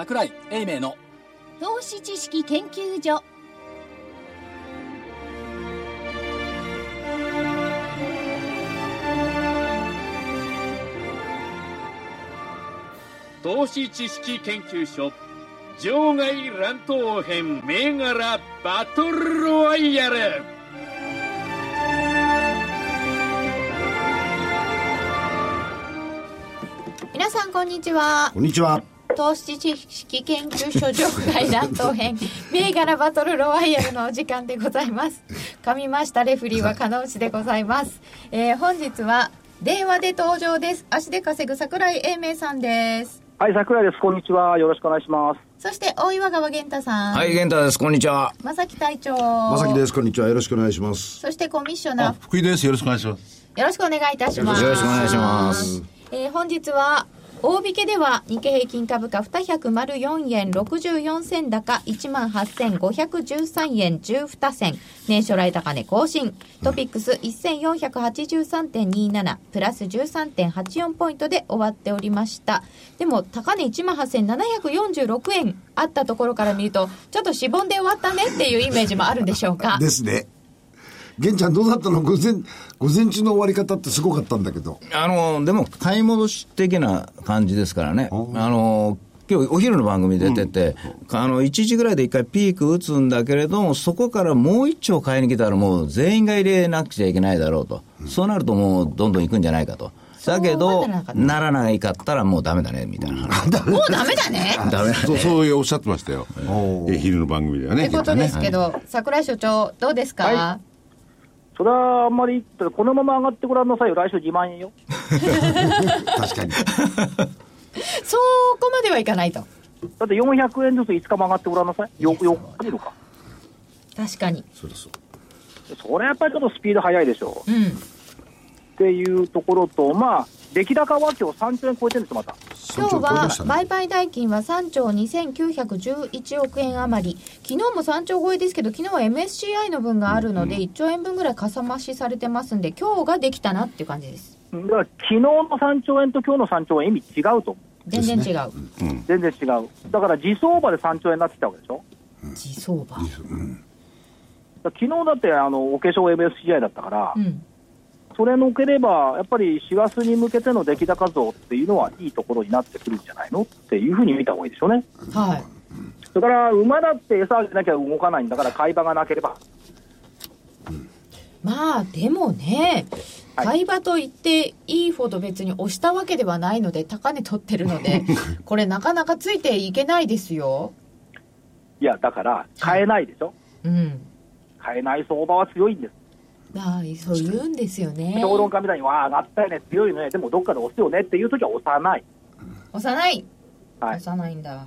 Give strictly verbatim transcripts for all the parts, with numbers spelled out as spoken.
櫻井英明の投資知識研究所。 投資知識研究所場外乱闘編銘柄バトルロワイヤル。 皆さんこんにちは。 こんにちは。 投資知識研究所場外乱闘編銘柄バトルロワイヤルのお時間でございます。噛みましたレフリーは加納内でございます。えー、本日は電話で登場です。足で稼ぐ櫻井英明さんです。 はい、櫻井です。こんにちは。よろしくお願いします。 そして大岩川源太さん。 はい、源太です。こんにちは。 正木隊長。 正木です。こんにちは。よろしくお願いします。 そしてコミッショナー福井です。よろしくお願いします。 よろしくお願いいたします。 よろしくお願いします。 えー、本日は大引けでは日経平均株価にひゃくよんえんろくじゅうよん銭高 いちまんはっせんごひゃくじゅうさんえんじゅうに銭、年初来高値更新。トピックス せんよんひゃくはちじゅうさんてんにじゅうなな プラス じゅうさんてんはちよん ポイントで終わっておりました。でも高値 いちまんはっせんななひゃくよんじゅうろくえんあったところから見るとちょっとしぼんで終わったねっていうイメージもあるんでしょうか。 ですね。玄ちゃんどうだったの？午前午前中の終わり方ってすごかったんだけど、 あのでも買い戻し的な感じですからね。あの今日お昼の番組出てて、うん、あのいちじぐらいで一回ピーク打つんだけれども、そこからもう一丁買いに来たらもう全員が入れなくちゃいけないだろうと、うん、そうなるともうどんどん行くんじゃないかと。だけどならないかったらもうダメだねみたいな、うん、 もうダメだねダメだねそう、そうおっしゃってましたよえ昼の番組ではね。 ってことですけど、はい、櫻井所長どうですか？ はい、それはあんまりこのまま上がってごらんなさいよ。来週自慢円よ確かにそこまではいかないと。 だってよんひゃくえんずついつかも上がってごらんなさい。よよっか見るか。 確かにそうそうそれやっぱりちょっとスピード速いでしょう、 うん、 っていうところと、まあ出来高は今日さんちょうえん超えてるんですよ。また今日は売買代金はさんちょうにせんきゅうひゃくじゅういちおくえん余り。昨日もさんちょう超えですけど、昨日は エムエスシーアイ の分があるのでいっちょうえんぶんぐらいかさ増しされてますんで、今日ができたなっていう感じです。 だから昨日のさんちょうえんと今日のさんちょうえん意味違うと思う。 全然違う、 ねうん、全然違う。だから時相場でさんちょうえんになってきたわけでしょ。 時相場、うん、 だ昨日だってあのお化粧 エムエスシーアイ だったから、うんそれのければやっぱりしがつに向けての出来高増っていうのはいいところになってくるんじゃないのっていうふうに見た方がいいでしょうね。 はい。 それから馬だって餌あげなきゃ動かないんだから買い場がなければ、 うん、まあでもね、はい、買い場と言っていいほど別に押したわけではないので高値取ってるのでこれなかなかついていけないですよ。 いやだから買えないでしょ、 うん、 買えない相場は強いんです。 ああそう言うんですよね。 評論家みたいにわあ上がったよね強いねでもどっかで押すよねっていう時は押さない。 押さない、はい、押さないんだ。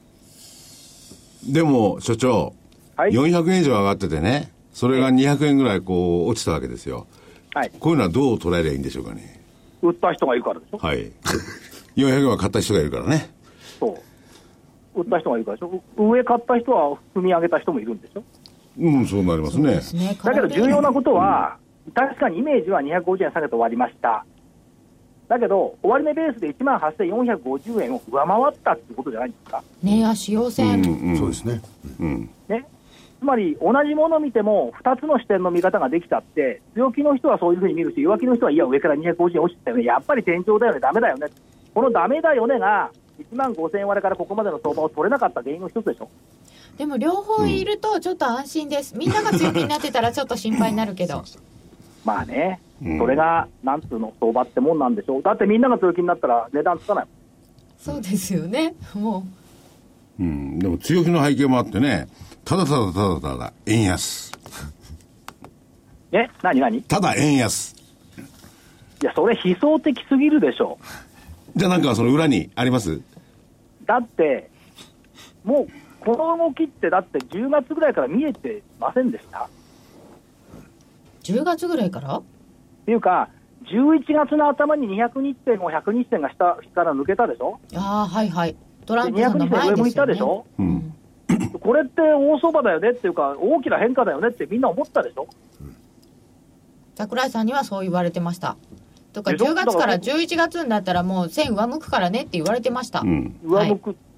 でも所長、はい、よんひゃくえん以上上がっててね、それがにひゃくえんぐらいこう落ちたわけですよ、はい、こういうのはどう捉えればいいんでしょうかね。 売った人がいるからでしょ。 はいよんひゃくえんは買った人がいるからね。 そう売った人がいるからでしょ。上買った人は踏み上げた人もいるんでしょ。 うん、そうなりますね。 すね。 だけど重要なことは、うん、確かにイメージはにひゃくごじゅうえん下げて終わりました。だけど終値ベースで いちまんはっせんよんひゃくごじゅうえんを上回ったってことじゃないんですか。 ねえ、使用線、 うんうん、そうですね、 うんね、つまり同じものを見てもふたつの視点の見方ができたって、強気の人はそういうふうに見るし、弱気の人はいや上からにひゃくごじゅうえん落ちてたよね、やっぱり天井だよね、ダメだよね、このダメだよねがいちまんごせんえん割れからここまでの相場を取れなかった原因の一つでしょ。 でも両方いるとちょっと安心です、うん、みんなが強気になってたらちょっと心配になるけどまあね、うん、それがなんつうの相場ってもんなんでしょう。だってみんなが強気になったら値段つかない。 そうですよね。もう、うん、でも強気の背景もあってね、ただただただただ円安え、何何ただ円安。 いやそれ悲壮的すぎるでしょ。 じゃあなんかその裏にあります？ だってもうこの動きってだってじゅうがつぐらいから見えてませんでした？ じゅうがつぐらいからっていうかじゅういちがつの頭ににひゃくにち線もひゃくにち線が下から抜けたでしょ。ああはいはい、トランプさんの前ですよね。にひゃくにち線上向いたでしょ、うん、 これって大相場だよねっていうか大きな変化だよねってみんな思ったでしょ、うん、 櫻井さんにはそう言われてましたとか、じゅうがつからじゅういちがつになったらもう線上向くからねって言われてました、 うん、上向くって、はい、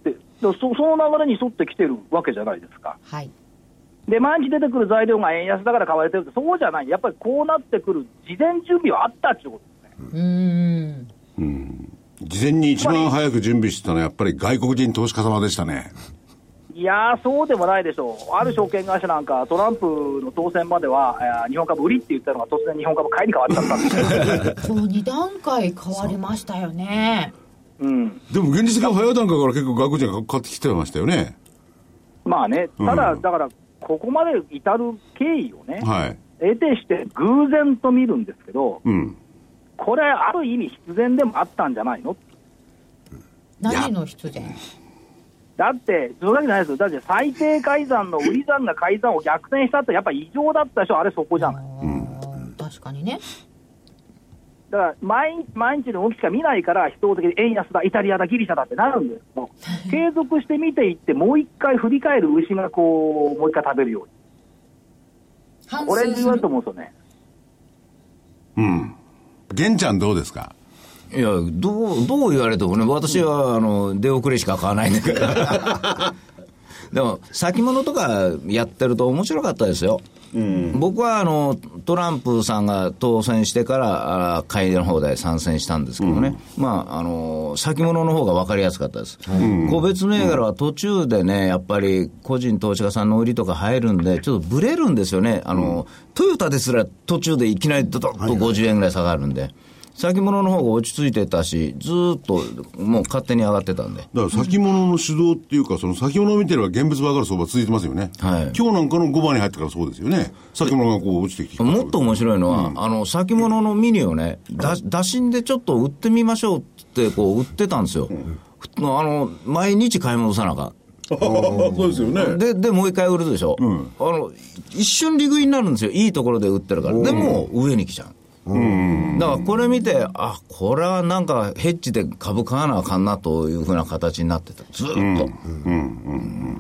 そ, その流れに沿ってきてるわけじゃないですか。 はい。 で、毎日出てくる材料が円安だから買われてるって、そうじゃない、やっぱりこうなってくる事前準備はあったっていうことですね。 うーん。 うん。事前に一番早く準備してたのはやっぱり外国人投資家様でしたね。 いやー、そうでもないでしょう。ある証券会社なんか、トランプの当選までは、日本株売りって言ったのが、突然日本株買いに変わっちゃったんですそう、に段階変わりましたよね。 うん、 でも現実的に早い段階から結構外国人が買ってきてましたよね。 まあね、ただ、 うん、 だから、ここまで至る経緯をね、 はい、 得てして偶然と見るんですけど、 うん、 これ、ある意味、必然でもあったんじゃないの。 何の必然？ だって、それだけじゃないですよ。だって最低改ざんの売り算が改ざんを逆転したって、やっぱり異常だったでしょ、あれそこじゃない。 うん、確かにね。 だから毎、毎日の動きしか見ないから、人的に円安だ、イタリアだ、ギリシャだってなるんですけど、継続して見ていって、もう一回振り返る牛がこう、もう一回食べるように。これ重要だと思うんですよね。 うん。玄ちゃんどうですか？ いや、どう、どう言われてもね、私は、あの、出遅れしか買わないんだけど。でも、先物とかやってると面白かったですよ。うん、僕は、あの、トランプさんが当選してから、あ買いの方で参戦したんですけどね。うん、まあ、あの、先物の方が分かりやすかったです。うん、個別銘柄は途中でね、やっぱり個人投資家さんの売りとか入るんで、ちょっとブレるんですよね。あの、うん、トヨタですら途中でいきなりドドッとごじゅうえんぐらい下がるんで。はいはい、先物の方が落ち着いてたし、ずーっともう勝手に上がってたんで。 だから先物の主導っていうか、その先物を見てれば現物上がる相場続いてますよね。はい。今日なんかのごばんに入ってからそうですよね。先物がこう落ちてきて。 もっと面白いのは、うん、あの、先物のミニをね、だ打診でちょっと売ってみましょうってこう売ってたんですよ。うん、あの、毎日買い戻さなあかん。 そうですよね。 で、で、もう一回売るでしょ。うん、あの、一瞬利食いになるんですよ。いいところで売ってるから。でも、上に来ちゃう。うん、だからこれ見て、あ、これはなんかヘッジで株買わなあかんなというふうな形になってた、ずっと、うんうんうんうん、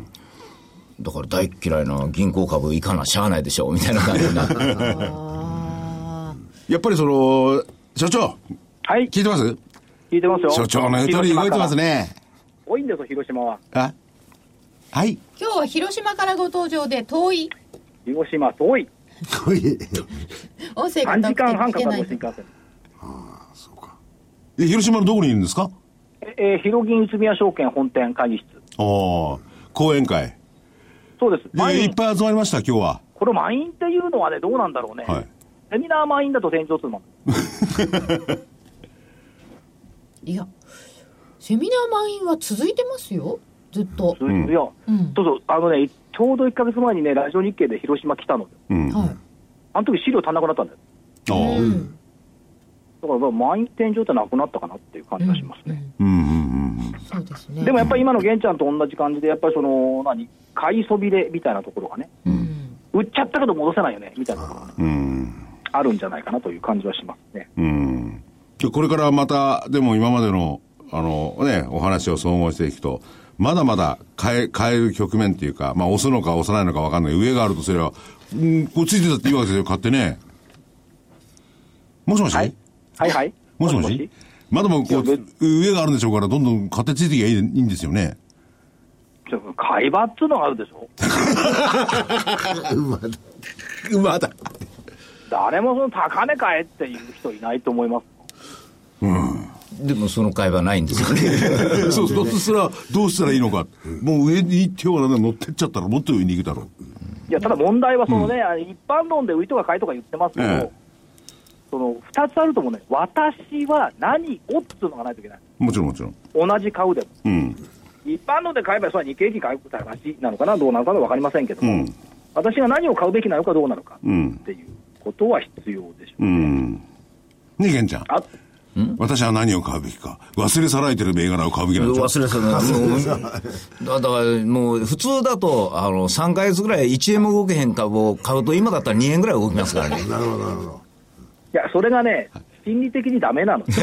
だから大嫌いな銀行株いかなしゃあないでしょみたいな感じになってやっぱりその所長、 はい、 聞いてます？ 聞いてますよ。 所長の言う通り動いてますね。 多いんですよ、広島は。 あ、はい。 今日は広島からご登場で遠い。 広島遠い。 音声がさんじかんはんかかる新幹線。 ああ、そうか。 え、広島のどこにいるんですか？ えー、広銀内宮証券本店会議室。 ああ、講演会。 そうです。 で、いっぱい集まりました、今日は。 これ満員っていうのはね、どうなんだろうね。はい、セミナー満員だと店長数も。 いや、セミナー満員は続いてますよ、ずっと。 うん、いや、うん、そうそう、あのね、ちょうどいっかげつまえにね、ラジオ日経で広島来たのよ。うん、はい。あの時資料足んなくなったんだよ。ああ。うん、だから満員天井ってなくなったかなっていう感じがしますね。うんうんうん。そうですね。でもやっぱり今の玄ちゃんと同じ感じで、やっぱりその何買いそびれみたいなところがね、うん、売っちゃったけど戻せないよねみたいなところが、ね、うん、あるんじゃないかなという感じはしますね。うん。 でこれからまたでも今までのあのねお話を総合していくと。まだまだ変え、変える局面っていうか、まあ押すのか押さないのか分かんない。上があるとすれば、うん、こうついてたっていいわけですよ、買ってね。もしもし、 はい、はいはい。 もしもし、もしもしまだもこう、上があるんでしょうから、どんどん買ってついていけばいい、いいんですよね。 ちょ買い場っつうのがあるでしょ。 馬だ。馬だ。 誰もその高値買えっていう人いないと思います。 うん。でもその会話ないんですよね。 そうそう。どうしたら、どうしたらいいのか。もう上に手を乗ってっちゃったらもっと上に行くだろう。 いや、ただ問題はそのね、うん、一般論で売りとか買いとか言ってますけど、ええ、その二つあると思うね。私は何をっていうのがないといけない。 もちろんもちろん。 同じ買うでも。うん、一般論で買えばそれは日経平均買う話なのかな、どうなのかわかりませんけども、うん、私が何を買うべきなのかどうなのかっていうことは必要でしょうね。うん、 ねえ、玄ちゃん。あ私は何を買うべきか。忘れ去られてる銘柄を買うべきなんでしょ。 忘れ去られてる。だからもう普通だと、あの、さんかげつぐらいいちえんも動けへん株を買うと、今だったらにえんぐらい動きますからね。 なるほど、なるほど。 いや、それがね、心理的にダメなの。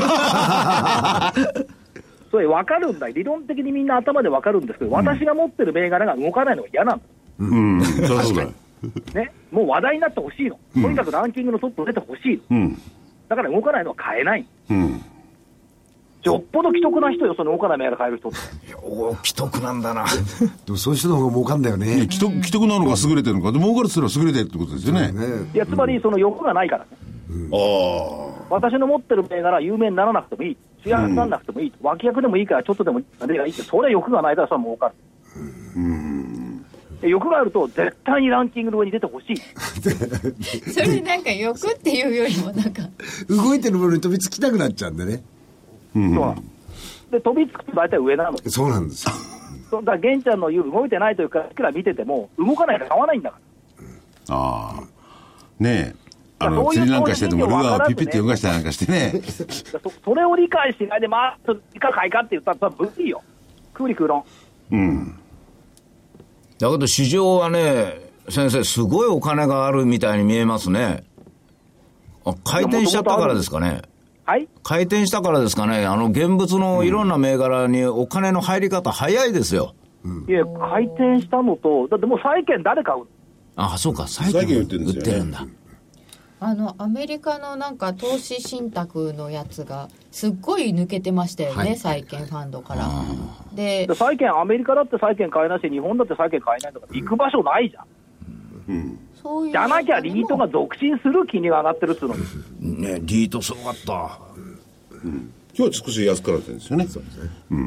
それ分かるんだ。理論的にみんな頭で分かるんですけど、うん、私が持ってる銘柄が動かないのが嫌なの。うん、そうだよ。ね、もう話題になってほしいの。とにかくランキングのトップ出てほしいの。うん、だから動かないのは買えない。うん、 よっぽど既得な人よ、その動かない銘柄買える人って。 いやお既得なんだなでもそういう人の方が儲かんだよね。 いや既得、既得なのか優れてるのか、で儲かるって言ったら優れてるってことですよね。 いや、つまりその欲がないからね。 ああ。 私の持ってる銘柄有名にならなくてもいい、主役にならなくてもいい、うん、脇役でもいいからちょっとでも出がいいって、それは欲がないからそれは儲かる。うんで欲があると絶対にランキングの上に出てほしいそれなんか欲っていうよりもなんか動いてるものに飛びつきたくなっちゃうんでね、 うん、そうなんで飛びつくと大体上なの。 そうなんですよ。 だから玄ちゃんの言う動いてないというかいくら見てても動かないから買わないんだから、うん、ああねえあの釣りなんかしててもルアーをピッピッて動かしたりなんかしてねそ, それを理解しないでまあいか買いかって言ったら無理よ。空理空論。うんだけど市場はね先生すごいお金があるみたいに見えますね。あ回転しちゃったからですかね。 はい回転したからですかね。あの現物のいろんな銘柄にお金の入り方早いですよ、 うん、いや回転したのとだってもう債券誰買うの。 あそうか債券売ってるんですよね。売ってるんだ。 あのアメリカのなんか投資信託のやつがすっごい抜けてましたよね、はい、債券ファンドから。で債券アメリカだって債券買えないし日本だって債券買えないとか行く場所ないじゃん、うん、そういうじゃなきゃリートが続伸する金利が上がってるっつうのね。リートすごかった、 うん、今日少し安くなってるんですよね。そうですね、うん、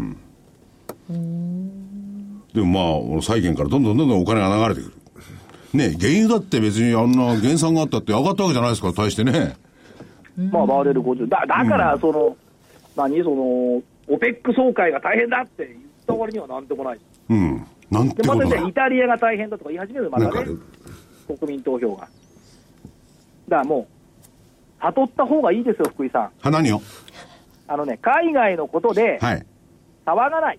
うんでもまあ債券からどんどんどんどんお金が流れてくるね。原油だって別にあんな減産があったって上がったわけじゃないですから対してね。 まあバーレルごじゅう だ, だからその、うん、何そのオペック総会が大変だって言った割にはなんでもない。うん。なんてことない。でまたイタリアが大変だとか言い始めるまたね。国民投票が。だからもう悟った方がいいですよ福井さん。 は何よ。 あのね海外のことで騒がない。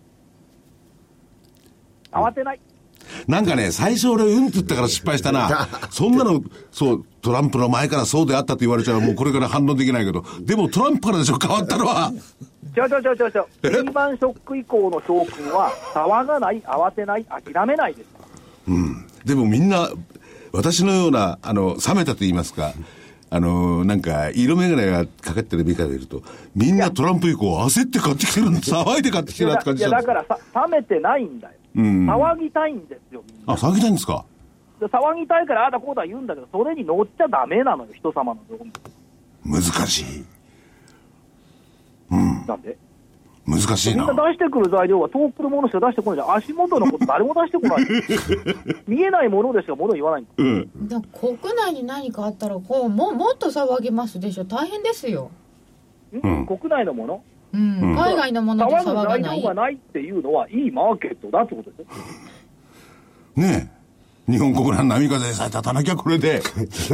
慌てない。 なんかね、最初俺うんって言ったから失敗したな。そんなの、そう、トランプの前からそうであったと言われちゃうもうこれから反論できないけど、でもトランプからでしょ、変わったのは。 ちょちょちょちょちょ。リーマンショック以降の教訓は、騒がない、慌てない、諦めないです。 うん。でもみんな、私のような、あの、冷めたと言いますか、あの、なんか、色眼鏡がかかってる美化でいると、みんなトランプ以降焦って買ってきてるんだ、騒いで買ってきてるって感じいや、だからさ、冷めてないんだよ。うん、騒ぎたいんですよ。 あ、騒ぎたいんですか。 で騒ぎたいからああだこうだ言うんだけど、それに乗っちゃダメなのよ、人様の情報。 難しい。うん。 なんで難しいな。 みんな出してくる材料は遠くのものしか出してこないじゃん。足元のこと誰も出してこない見えないものでしかもの言わないんだ、うん、 だ国内に何かあったらこう も, もっと騒ぎますでしょ。大変ですよ、 うん、国内のもの、 うん、海外のもので騒がない。 騒ぐ材料がないっていうのはいいマーケットだってことですよねえ。日本国内の波風さえ立たなきゃこれで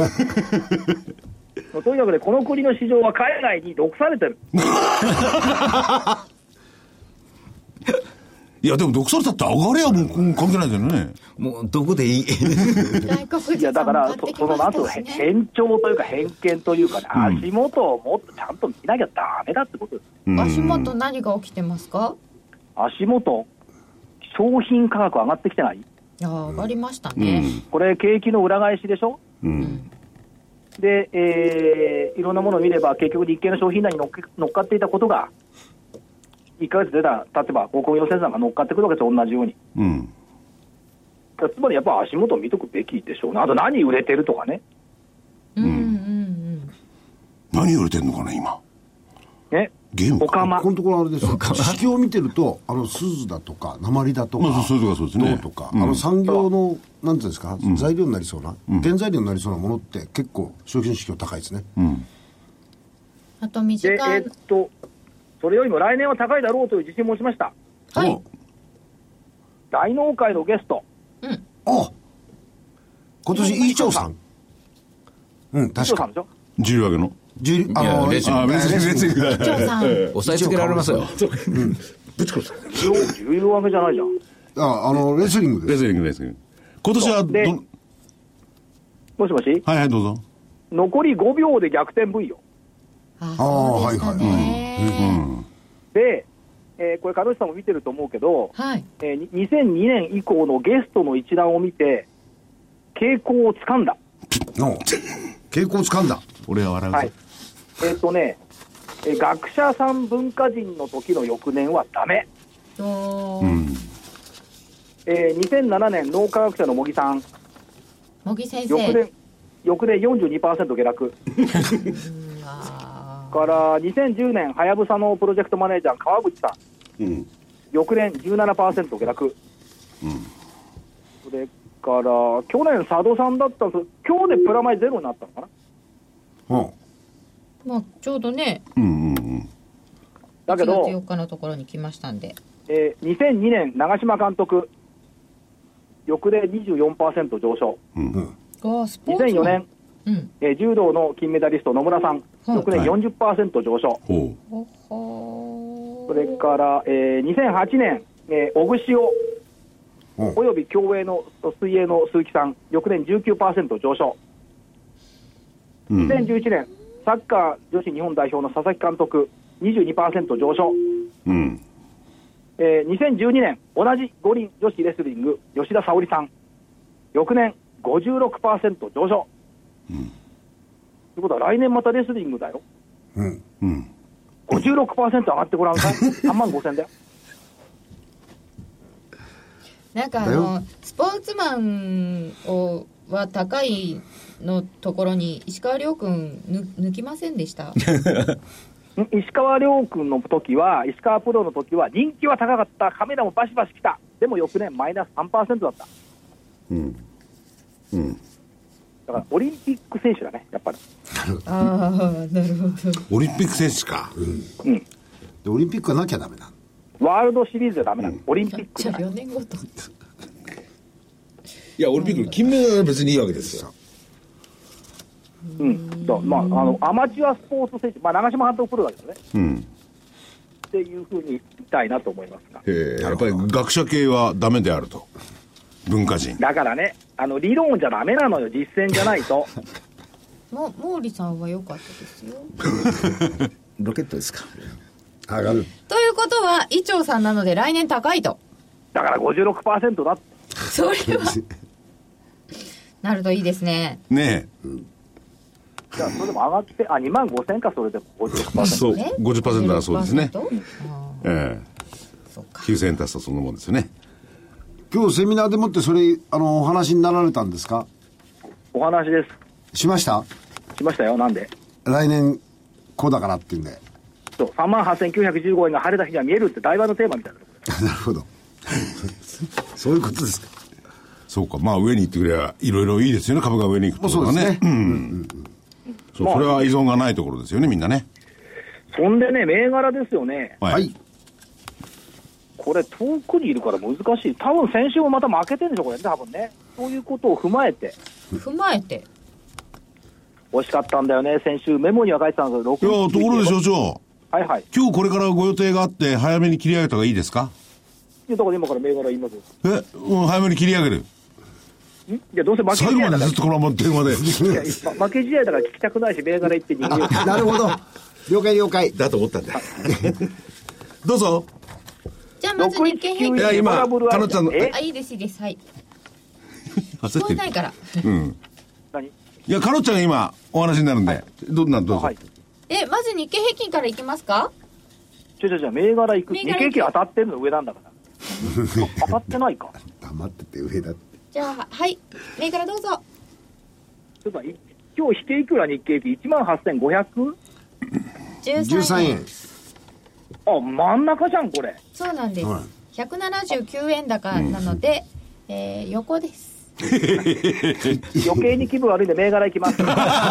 とにかくね、この国の市場は海外に毒されてるいやでも毒されたって上がれやもう関係ないですよね。 もうどこでいい外国人さんも買ってきましたしね。いやだからそのなんと偏重というか偏見というかね、うん、足元をもっとちゃんと見なきゃダメだってことです、 うん、足元何が起きてますか。 足元商品価格上がってきてない。 いや上がりましたね、 うん、これ景気の裏返しでしょ、うん、で、えー、いろんなものを見れば結局日経の商品内に乗っけ乗っかっていたことがいっかげつ出た、例えば鉱工業生産が乗っかってくるわけですよ、同じように、うん、つまりやっぱ足元を見とくべきでしょうね。あと何売れてるとかね、 うんうんうん、 何売れてるのかな今ね。 ゲームかこのところあれですよ、市況を見てるとあの鈴だとか鉛だとか、まあ、そういうとかそうですね、銅とか、うん、あの産業のなんていうんですか、うん、材料になりそうな、うん、原材料になりそうなものって結構商品市況高いですね、うん、 あと短い、 えー、っとそれよりも来年は高いだろうという自信を持ちました。 はい。 大納会のゲスト、 うん、 あ今年イーチョウさん、うん確か重量上げの重あのレスリングレスリングイーチョウさん押さえつけられますよ、 うん、ぶち殺す重量上げじゃないじゃん。 ああのレスリングです。 レスリングレスリング今年はどもしもし、 はいはいどうぞ。 残りごびょうで逆転 V よ。 ああはいはいはい、 うん、で、えー、これ鹿野さんも見てると思うけど、 はい、 えー、にせんにねん以降のゲストの一覧を見て傾向をつかんだ。 傾向をつかんだ。 俺は笑うぞ、 はい、えっ、ー、とねえ学者さん文化人の時の翌年はダメ。 おー、 うん。 えー、にせんななねん脳科学者の茂木さん、 茂木先翌生。 年翌年 よんじゅうにパーセント 下落うわからにせんじゅうねんはやぶさのプロジェクトマネージャー川口さん、 うん。 翌年 じゅうななパーセント 下落、 うん。 それから去年佐渡さんだったんです。今日でプラマイゼロになったのかな。 うん。 ー、まあ、ちょうどね、 うんうんうん。 だけどいちがつよっかのところに来ましたんで。 えー、にせんにねん長嶋監督、翌年 にじゅうよんパーセント 上昇。 うん。 あスポーツマンにせんよねん、 うん。 えー柔道の金メダリスト野村さん、 はい翌年 よんじゅっパーセント 上昇。 ほほほそれから、えー、にせんはちねん、えー、小串尾うんおよび競泳の水泳の鈴木さん、翌年 じゅうきゅうパーセント 上昇。 う。うんにせんじゅういちねんサッカー女子日本代表の佐々木監督、にじゅうにパーセント 上昇。 うん。 えー、にせんじゅうにねん同じ五輪女子レスリング吉田沙保里さん、翌年 ごじゅうろくパーセント 上昇。 うん。 ということは来年またレスリングだよ。 うん。 うん。 ごじゅうろくパーセント 上がってごらんかい。さんまんごせんだよ。 なんかあのスポーツマンをは高いのところに石川遼君ぬ抜きませんでしたん石川遼君の時は、石川プロの時は人気は高かった、カメラもバシバシ来た、でも翌年マイナス さんパーセント だった。 うん。うん。 だからオリンピック選手だね、やっぱり。 ああなるほど。 オリンピック選手か。 うん、 でオリンピックはなきゃダメなの。 ワールドシリーズじゃダメなの、オリンピックじゃあじゃない。 よねんごといや、オリンピックの金メダルは別にいいわけですよ。 うんだまあ、あのアマチュアスポーツ選手、まあ、長嶋監督プロだけどね、 うん。 っていうふうに言いたいなと思いますが、 へえ、やっぱり学者系はダメであると。文化人。 だからね、あの理論じゃダメなのよ、実践じゃないと。 も毛利さんは良かったですよ。 ロケットですか。 上がる。 ということは伊調さんなので来年高いと。 だから ごじゅうろくパーセント だって。 それはなるといいですね。 ねじゃあそれでも上がってあにまんごせんか、それでも ごじゅうろくパーえ。 セント。 そう。ごじゅっパーセント だそうですね。 ごじゅっパーセントえそうかえ。きゅうせんえん足すとそんなもんですよね。 今日セミナーでもってそれ、あの、お話になられたんですか？ お話でしました？ す。しましたよ。なんで来年、こうだからっていうんで。 そうさんまんはっせんきゅうひゃくじゅうごえんが晴れた日には見えるって台場のテーマみたいな。 なるほど。そういうことですか。 そうか。まあ上に行ってくればいろいろいいですよね。株が上に行くってことはね。 そうですねうん。そう、それは依存がないところですよね、みんなね。 そんでね、銘柄ですよね。 ははい。 これ遠くにいるから難しい。多分先週もまた負けてるんでしょ、これね、多分ね。そういうことを踏まえて、 踏まえて惜しかったんだよね、先週メモには書いてたんですけど、ろくいや、ところで所長。 はいはい。 今日これからご予定があって早めに切り上げた方がいいですか？ いうところで今から銘柄言いますよ。 え、うん、早めに切り上げる。 んいや、どうせ負け最後試合だから。 までずっとこのまま電話で。 いやま負け試合だから聞きたくないし、銘柄言って逃げよう。 なるほど。了解了解。 だと思ったんだよ。 どうぞ。 じゃあまず日経平均いや今かのちゃんのえあいいですいいですはい聞焦ってるこえないからうん。 何いや、かのちゃんが今お話になるんで、どんなんどうぞ。 はい。 えまず日経平均からいきますか？ ちょちょちょ、銘柄行く。日銘柄行く経平均当たってるの上なんだから。当たってないか。 黙ってて上だって。 じゃあはい銘柄どうぞ。 ちょっとい今日引けいくら日経平均 いちまんはっせんごひゃく？ じゅうじゅうさんえん。 あ、真ん中じゃん、これ。 そうなんです、 はいひゃくななじゅうきゅうえん高なので、えー横です余計に気分悪いんで銘柄行きます。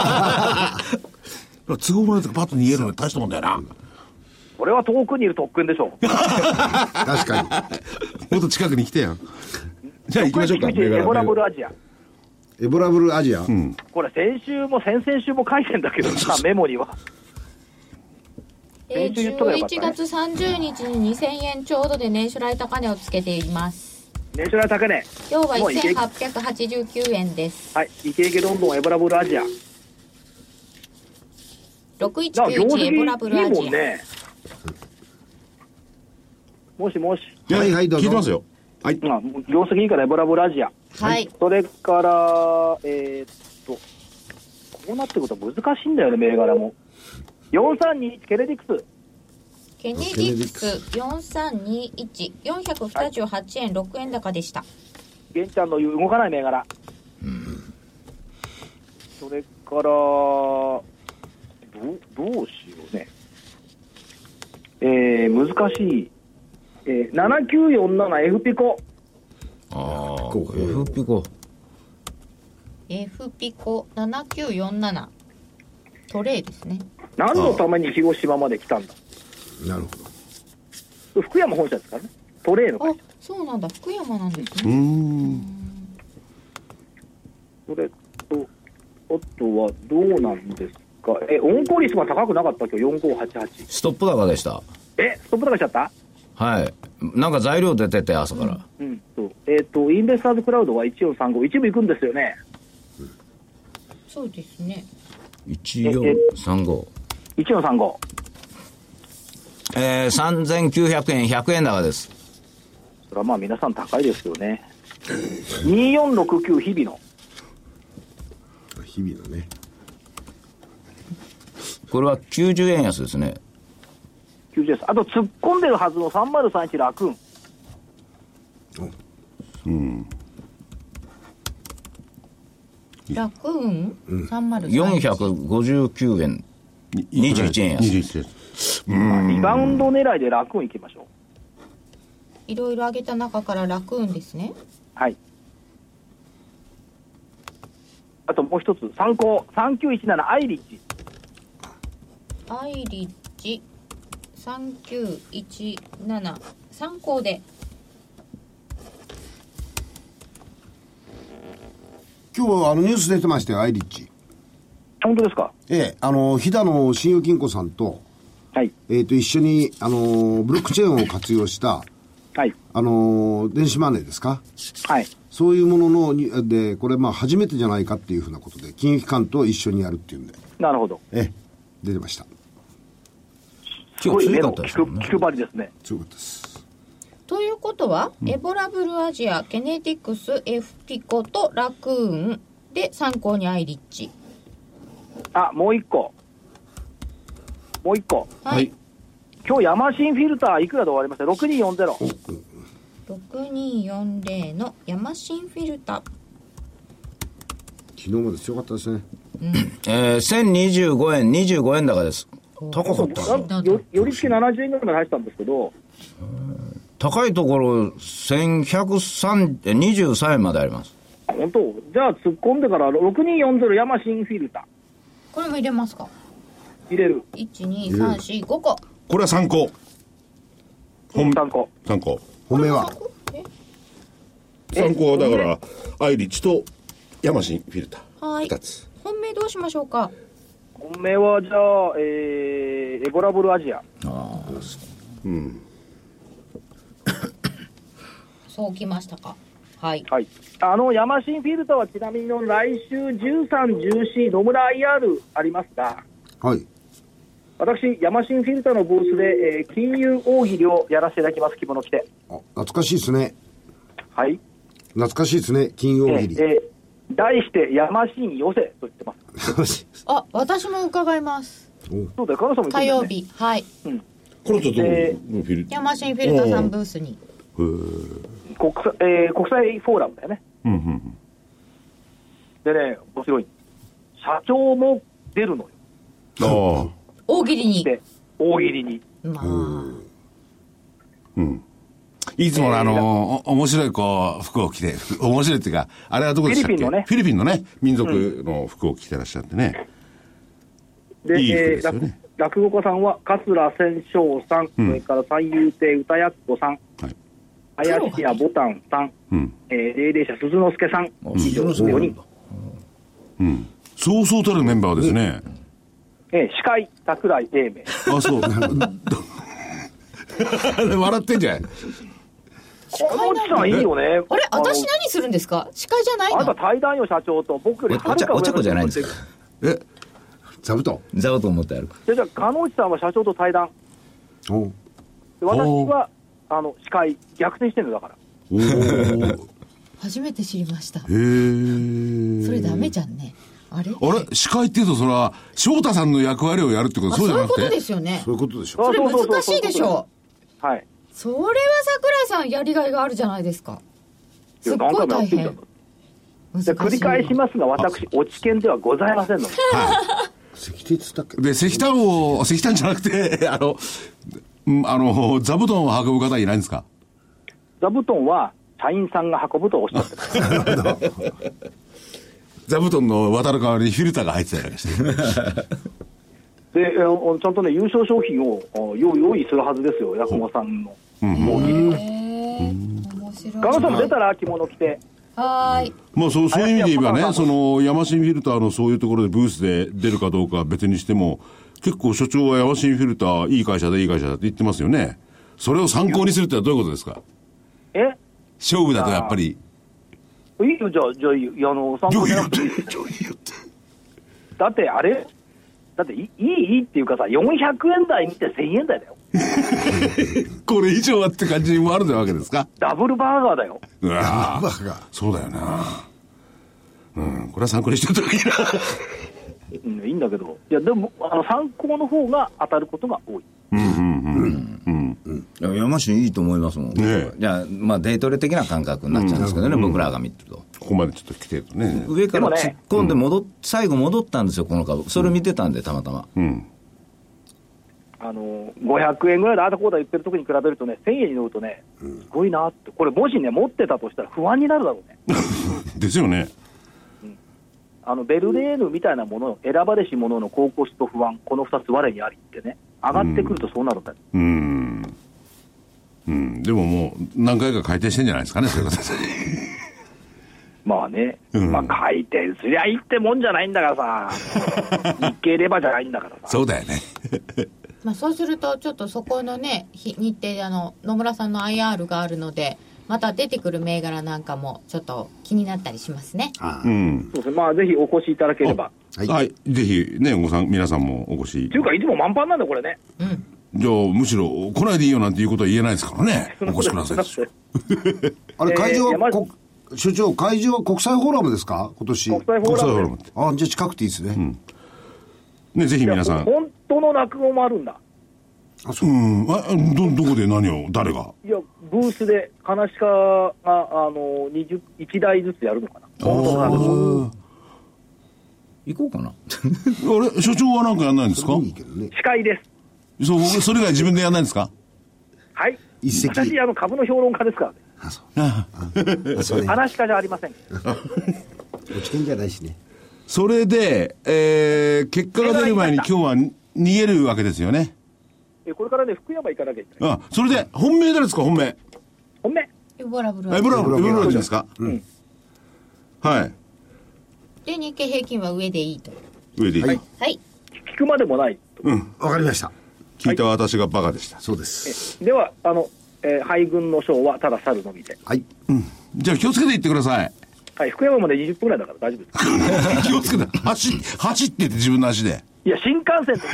都合もないとかパッと逃げるの大したもんだよな。 これは遠くにいる特訓でしょ。 確かに。 もっと近くに来てよ。じゃあ行きましょうか。 エボラブルアジア。 エボラブルアジア。 うん。 これ先週も先々週も書いてんだけどさ、メモには。 えー、 先週言っとけばよかったねじゅういちがつさんじゅうにちににせんえんちょうどで年初来高値をつけています年初来高値。 今日はもういけせんはっぴゃくはちじゅうきゅうえんですはい。イケイケどんどんエボラブルアジア。 ろくいちだから業きゅういちエボラブル績いいアジア、 もんね。もしもし。 いやはいはいどうぞ聞いてますよ。はい。 まあ、業績いいからエボラブルアジア。 はいそれから、えーっと、こうなってくると難しいんだよね、銘柄も。 よんさんにいちケネディクス。 ケネディクスよんさんにいち、よんひゃくにじゅうはちえんろくえん高でした。 玄ちゃんの言う動かない銘柄。うん、それからどう、どうしようね。えー、難しい。えー、ななきゅうよんななエフ ピコ。 ああ、F ピコ。 F ピコななきゅうよんなな。トレイですね。 何のために広島まで来たんだ。 なるほど。福山本社ですからね。トレイの会社。 あ、そうなんだ。福山なんですね。 うーん。 それと、あとはどうなんですか。え、オンコーリスが高くなかった今日よんごはちはち。 ストップ高でした。 え、ストップ高しちゃった？ はい。なんか材料出てて朝から。 うん。うん、そうえっ、ー、とインベスターズクラウドはいちよんさんご一部行くんですよね。 うん、そうですね。 いちよんさんご。 いちよんさんご。 えー、さんぜんきゅうひゃくえんひゃくえん高です。 それはまあ皆さん高いですよね。によんろくきゅう日々の。 日々のね。 これはきゅうじゅうえん安ですね。 きゅうじゅうえん安。あと突っ込んでるはずのさんまるさんいちラクーン。 うん。 ラクーン、うん、さんまるさんいち。 よんひゃくごじゅうきゅうえんにじゅういちえん安。 にじゅういちえん。 まあ、リバウンド狙いでラクーンいきましょう。 いろいろ上げた中からラクーンですね。 はい。あともう一つ参考さんきゅういちななアイリッジ。 アイリッジさんきゅういちなな参考で。 今日はあのニュース出てましたよ、アイリッジ。 本当ですか。 ええ、あの飛騨の信用金庫さんと、 はい、 えっ、ー、と一緒にあのブロックチェーンを活用した、 はい、 あの電子マネーですか。 はい。 そういうものので、これまあ初めてじゃないかっていうふうなことで金融機関と一緒にやるっていうんで。 なるほど。 ええ、出てました。 すごい目の気配りですね。 強かったです。 ということは、うん、エボラブルアジア、ケネディクス、エフピコとラクーンで参考にアイリッジ。 あ、もう一個。もう一個。 はい。 今日ヤマシンフィルターいくらで終わりました？ろくにーよんゼロ。 ろくにーよんゼロのヤマシンフィルター。 昨日まで強かったですね。 うん、えー、せんにじゅうごえんにじゅうごえん高です。高かった。 よ, よりつけななじゅうえんぐらいまで入ってたんですけど、 高いところせんひゃくにじゅうさんえんまであります。 本当？じゃあ突っ込んでからろくにーよんゼロヤマシンフィルター。 これも入れますか？ 入れる。 いちにさんよんごこ。 これは参考。 本参考。 参考。 本命は参考はだからアイリッチとヤマシンフィルター。 はい。ふたつ。本命どうしましょうか？ 本命はじゃあ、えー、エボラブルアジア。ああ。 うん。 そうきましたか。はい。 はい。あのヤマシンフィルターはちなみにの来週じゅうさん、じゅうよん野村 アイアール ありますが。 はい。 私、ヤマシンフィルターのブースで、えー、金融大喜利をやらせていただきます。着物着て。 あ、懐かしいですね。 はい。 懐かしいですね。金融大喜利。 えーえー、題してヤマシンよせと言ってます。 あ、私も伺います。 そうだよ、彼女も言ってるんですね。 火曜日、はい。 うん。これちょっと、えー、ヤマシンフィルターさんブースに。 へ国際、えー、国際フォーラムだよね。 うんうん。 でね、面白い。社長も出るのよ。ああ。 大喜利に。 で、大喜利に。 まあ。 うん。いつもあの、面白いこう、服を着て、面白いっていうか、あれはどこでしたっけ？フィリピンのね。フィリピンのね、民族の服を着てらっしゃってね。 うん、で、 いい服ですよね。 えー、落語家さんは、桂千章さん、うん、それから三遊亭歌やっこさん、はい、林家ボタンさん、うん、えー、霊霊者鈴之助さん、以上よにん。 うん。そうそうたるメンバーですね。 えー、司会、櫻井英明。 あ、そう。笑ってんじゃん。 司会さんいいよね。 あれ、私何するんですか？司会じゃないの？ あなた対談よ、社長と。僕よりはるかお茶子じゃないんですか？ え座布団座布団持ってある。 じゃじゃあ、鹿野内さんは社長と対談。おで私は、あの、司会、逆転してるのだから。 お初めて知りました。へー。 それダメじゃんね。 あれあれ司会っていうとそれは翔太さんの役割をやるってこと、そうじゃなくて、 そういうことですよね。 そういうことでしょ。 それ難しいでしょ。 はい。 それは櫻井さんやりがいがあるじゃないですか。すっごい大変。 で繰り返しますが、私落ち研ではございませんので。 石鉄だっけで石炭を石炭じゃなくてあのあの座布団を運ぶ方いないんですか？ 座布団は社員さんが運ぶとおっしゃってます。 座布団の渡る代わりにフィルターが入ってたりなんかしてでちゃんとね優勝商品を用用意するはずですよ、ヤクモさんの大喜利。 面白い。 ガノさんも出たら着物着て。 はーい。 まあそうそういう意味で言えばね、 はいそのヤマシンフィルターのそういうところでブースで出るかどうかは別にしても、結構所長はヤマシンフィルターいい会社だいい会社だって言ってますよね。それを参考にするってのはどういうことですか？ え勝負だとやっぱりいいよ、じゃあじゃあいいよ、あの参考じゃなくていいだってあれだっていいいいっていうかさ、よんひゃくえん台見てせんえん台だよ。 これ以上はって感じもあるわけですか？ ダブルバーガーだよ。 うわそうだよな。うんこれは参考にしておいた方がいいな。 うん、いいんだけど、いやでもあの参考の方が当たることが多い。 うんうんうんうんうん。 いや山下いいと思いますもん。 ねじゃあまあデイトレ的な感覚になっちゃうんですけどね、僕らが見てると。 ここまでちょっと来てるとね。 上からでもね突っ込んで戻っ、最後戻ったんですよこの株。それ見てたんでたまたま。 うん。 あのごひゃくえんぐらいであーだこーだ言ってるときに比べるとね、せんえんに乗るとね、すごいなって、これもしね持ってたとしたら不安になるだろうね。 ですよね。 あのベルレーヌみたいなもの、選ばれし者の高コスト不安、このふたつ我にありってね、上がってくるとそうなるんだよ。 うーん。うん。でももう何回か回転してんじゃないですかね、そういうことで。 まあね、 うんまあ回転すりゃいいってもんじゃないんだからさ、日経レバーじゃないんだからさ。 そうだよね。 まあそうするとちょっとそこのね日日程であの野村さんの アイアール があるので、また出てくる銘柄なんかもちょっと気になったりしますね。 あうん。 そうですね、まあぜひお越しいただければ。 はいはい。ぜひね、お子さん、皆さんもお越しっていうかいつも満帆なんだこれね。 うん。 じゃあ、むしろ、来ないでいいよなんていうことは言えないですからね。お越しくださいですよ。 あれ会場は、 えー山こ所長会場は国際フォーラムですか今年？ 国際フォ国際ーラムでフォーラムって。 あじゃあ近くていいですね、 ね、ぜひ皆さん。 本当の落語もあるんだ。 あそうう、 ん。あ、ど、どこで何を、誰がいやブースで話し家があのにじゅういちだいずつやるのかな。本当の落語。 行こうかな。 あれ、所長はなんかやんないんですか？ いいけどね。 司会です。 そう、それ以外自分でやんないんですか？ はい。 一席私あの株の評論家ですからね。 あそうあそうね話し家じゃありません。 落ち券じゃないしね。 それで、えー、結果が出る前に今日は逃げるわけですよね。 えこれからね福山行かなきゃいけない。 あ、それで、本命誰ですか、本命。 本命。 エボラブルエブラブル、エブラブルブですか？うん。はい。 で日経平均は上でいいと。 上でいい。 はいはい。 聞くまでもない。 わかりました。 聞いた私がバカでした。 そうです。 ではあの、えー敗軍の将はただ去るのみで。 はい。 じゃあ気をつけていってください。 はい福山までにじゅっぷんぐらいだから大丈夫です。 気をつけて、走、走ってって自分の足で。 いや新幹線です。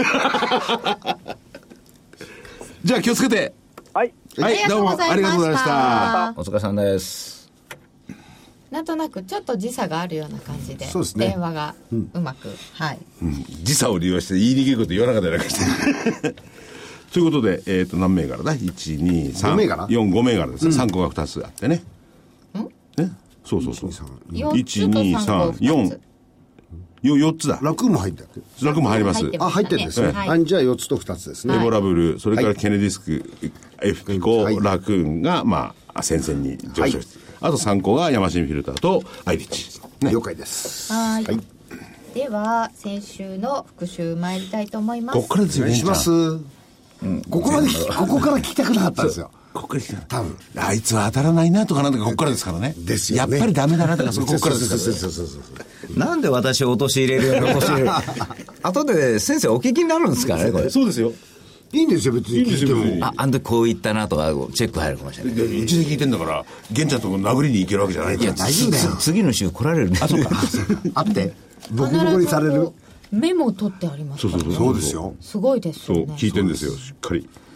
じゃあ気をつけて。 はい。 はい、どうもありがとうございました。 お疲れさんです。 なんとなくちょっと時差があるような感じで、 そうですね電話がうまく、はい。 時差を利用して言いにくいこと言わなかったりなんかして。ということで、えっと、何銘柄だ ?いち、に、さん、 ご銘柄よん、ご銘柄です。さんこがふたつあってね。ねそうそうそう。いち、に、さん、よん。よ、よっつだ。 楽も入ったよ。 楽も入ります。 入ってあ、入ってるんですね。 はいあじゃあよっつとふたつですね。 エボラブル、それからケネディスク、エフピコ、 はいラクーンが、まあ、戦線に上昇して、あとさんこがヤマシンフィルターとアイリッチ。ね了解です。 はいはい。 では先週の復習参りたいと思います。 こっからですよね。 お願いします。ここまで聞き、ここから聞きたくなかったんですよ。 こっから来た多分。 あいつは当たらないなとかなんとかこっからですからね。 ですよね。 やっぱりダメだなとか、それこっからですからそうね。 そうそうそうそう。 なんで私を陥れるように陥れる後で先生お聞きになるんですからねこれ。 そうですよ。 いいんですよ、別に聞いても。 あ、あん時こう言ったなとかチェック入るかもしれない。 うちで聞いてんだから、玄ちゃんとこ殴りに行けるわけじゃないから。 大丈夫だよ。 つ次の週来られるね。あ、そうか。 あって、ボコボコにされる。 メモを取ってありますからね。 そうそうそう。 そうですよ。 すごいですそう、 よね。 聞いてんですよ、しっかり。